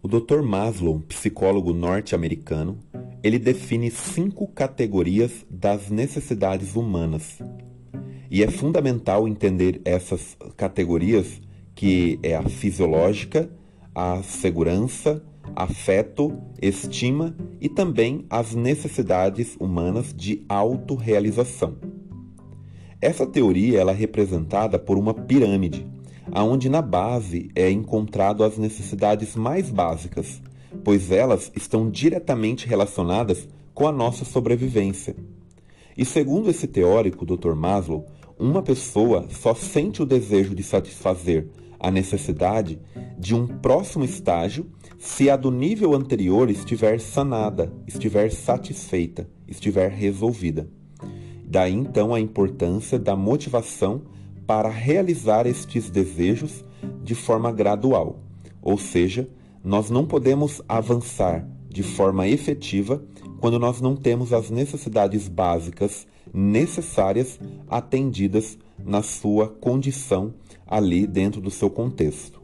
O Dr. Maslow, psicólogo norte-americano, ele define 5 categorias das necessidades humanas. E é fundamental entender essas categorias, que é a fisiológica, a segurança, afeto, estima e também as necessidades humanas de autorrealização. Essa teoria ela é representada por uma pirâmide, onde na base é encontrado as necessidades mais básicas, pois elas estão diretamente relacionadas com a nossa sobrevivência. E segundo esse teórico, Dr. Maslow, uma pessoa só sente o desejo de satisfazer a necessidade de um próximo estágio se a do nível anterior estiver sanada, estiver satisfeita, estiver resolvida. Daí então a importância da motivação para realizar estes desejos de forma gradual, ou seja, nós não podemos avançar de forma efetiva quando nós não temos as necessidades básicas necessárias atendidas na sua condição ali dentro do seu contexto.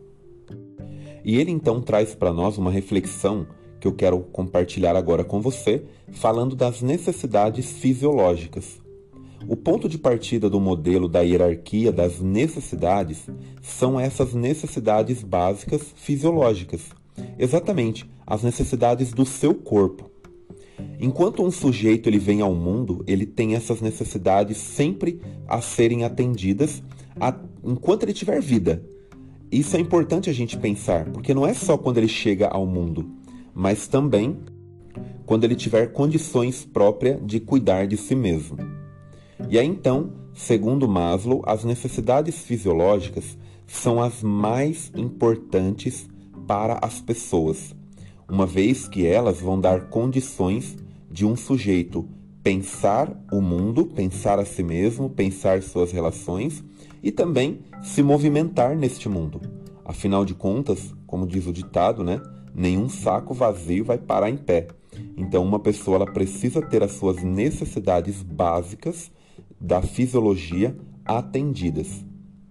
E ele então traz para nós uma reflexão que eu quero compartilhar agora com você, falando das necessidades fisiológicas. O ponto de partida do modelo da hierarquia das necessidades são essas necessidades básicas fisiológicas, exatamente as necessidades do seu corpo. Enquanto um sujeito ele vem ao mundo, ele tem essas necessidades sempre a serem atendidas enquanto ele tiver vida. Isso é importante a gente pensar, porque não é só quando ele chega ao mundo, mas também quando ele tiver condições próprias de cuidar de si mesmo. E aí então, segundo Maslow, as necessidades fisiológicas são as mais importantes para as pessoas, uma vez que elas vão dar condições de um sujeito pensar o mundo, pensar a si mesmo, pensar suas relações e também se movimentar neste mundo. Afinal de contas, como diz o ditado, nenhum saco vazio vai parar em pé. Então uma pessoa ela precisa ter as suas necessidades básicas da fisiologia atendidas.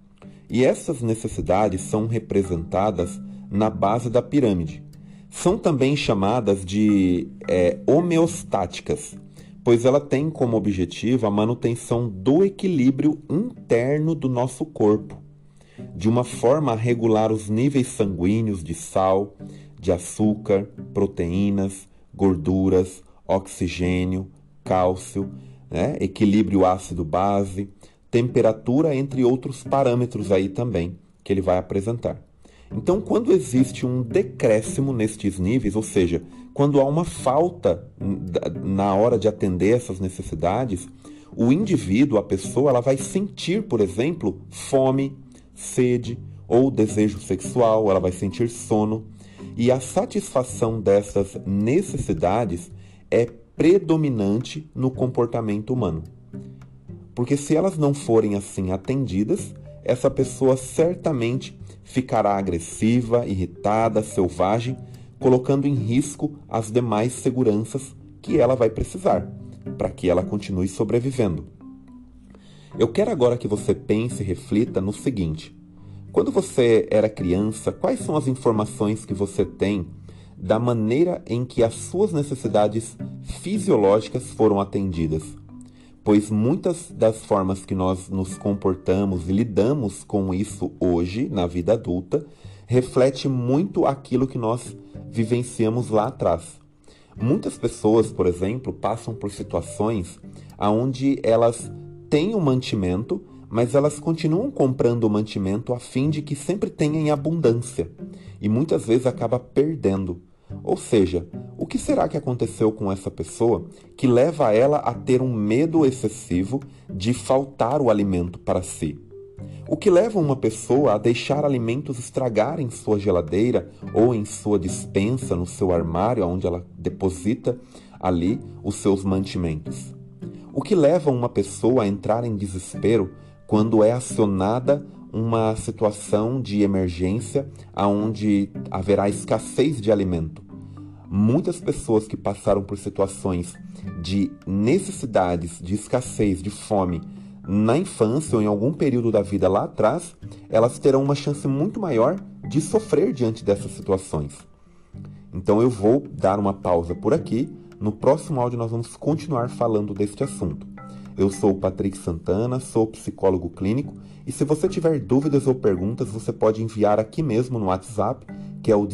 E essas necessidades são representadas na base da pirâmide. São também chamadas de homeostáticas, pois ela tem como objetivo a manutenção do equilíbrio interno do nosso corpo, de uma forma a regular os níveis sanguíneos de sal, de açúcar, proteínas, gorduras, oxigênio, cálcio, equilíbrio ácido-base, temperatura, entre outros parâmetros aí também que ele vai apresentar. Então, quando existe um decréscimo nestes níveis, ou seja, quando há uma falta na hora de atender essas necessidades, o indivíduo, a pessoa, ela vai sentir, por exemplo, fome, sede ou desejo sexual, ela vai sentir sono, e a satisfação dessas necessidades é predominante no comportamento humano. Porque se elas não forem assim atendidas, essa pessoa certamente ficará agressiva, irritada, selvagem, colocando em risco as demais seguranças que ela vai precisar para que ela continue sobrevivendo. Eu quero agora que você pense e reflita no seguinte: quando você era criança, quais são as informações que você tem da maneira em que as suas necessidades fisiológicas foram atendidas? Pois muitas das formas que nós nos comportamos e lidamos com isso hoje, na vida adulta, reflete muito aquilo que nós vivenciamos lá atrás. Muitas pessoas, por exemplo, passam por situações onde elas têm o mantimento, mas elas continuam comprando o mantimento a fim de que sempre tenha em abundância e muitas vezes acaba perdendo. Ou seja, o que será que aconteceu com essa pessoa que leva ela a ter um medo excessivo de faltar o alimento para si? O que leva uma pessoa a deixar alimentos estragar em sua geladeira ou em sua despensa, no seu armário, onde ela deposita ali os seus mantimentos? O que leva uma pessoa a entrar em desespero quando é acionada uma situação de emergência onde haverá escassez de alimento? Muitas pessoas que passaram por situações de necessidades, de escassez, de fome na infância ou em algum período da vida lá atrás, elas terão uma chance muito maior de sofrer diante dessas situações. Então eu vou dar uma pausa por aqui. No próximo áudio nós vamos continuar falando deste assunto. Eu sou o Patrick Santana, sou psicólogo clínico, e se você tiver dúvidas ou perguntas, você pode enviar aqui mesmo no WhatsApp, que é o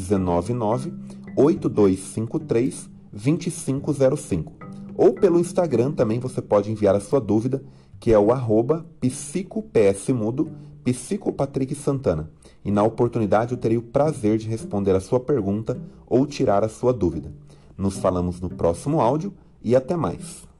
19982532505. Ou pelo Instagram também você pode enviar a sua dúvida, que é o @psicopsmudo, psicopatricksantana. E na oportunidade eu terei o prazer de responder a sua pergunta ou tirar a sua dúvida. Nos falamos no próximo áudio e até mais.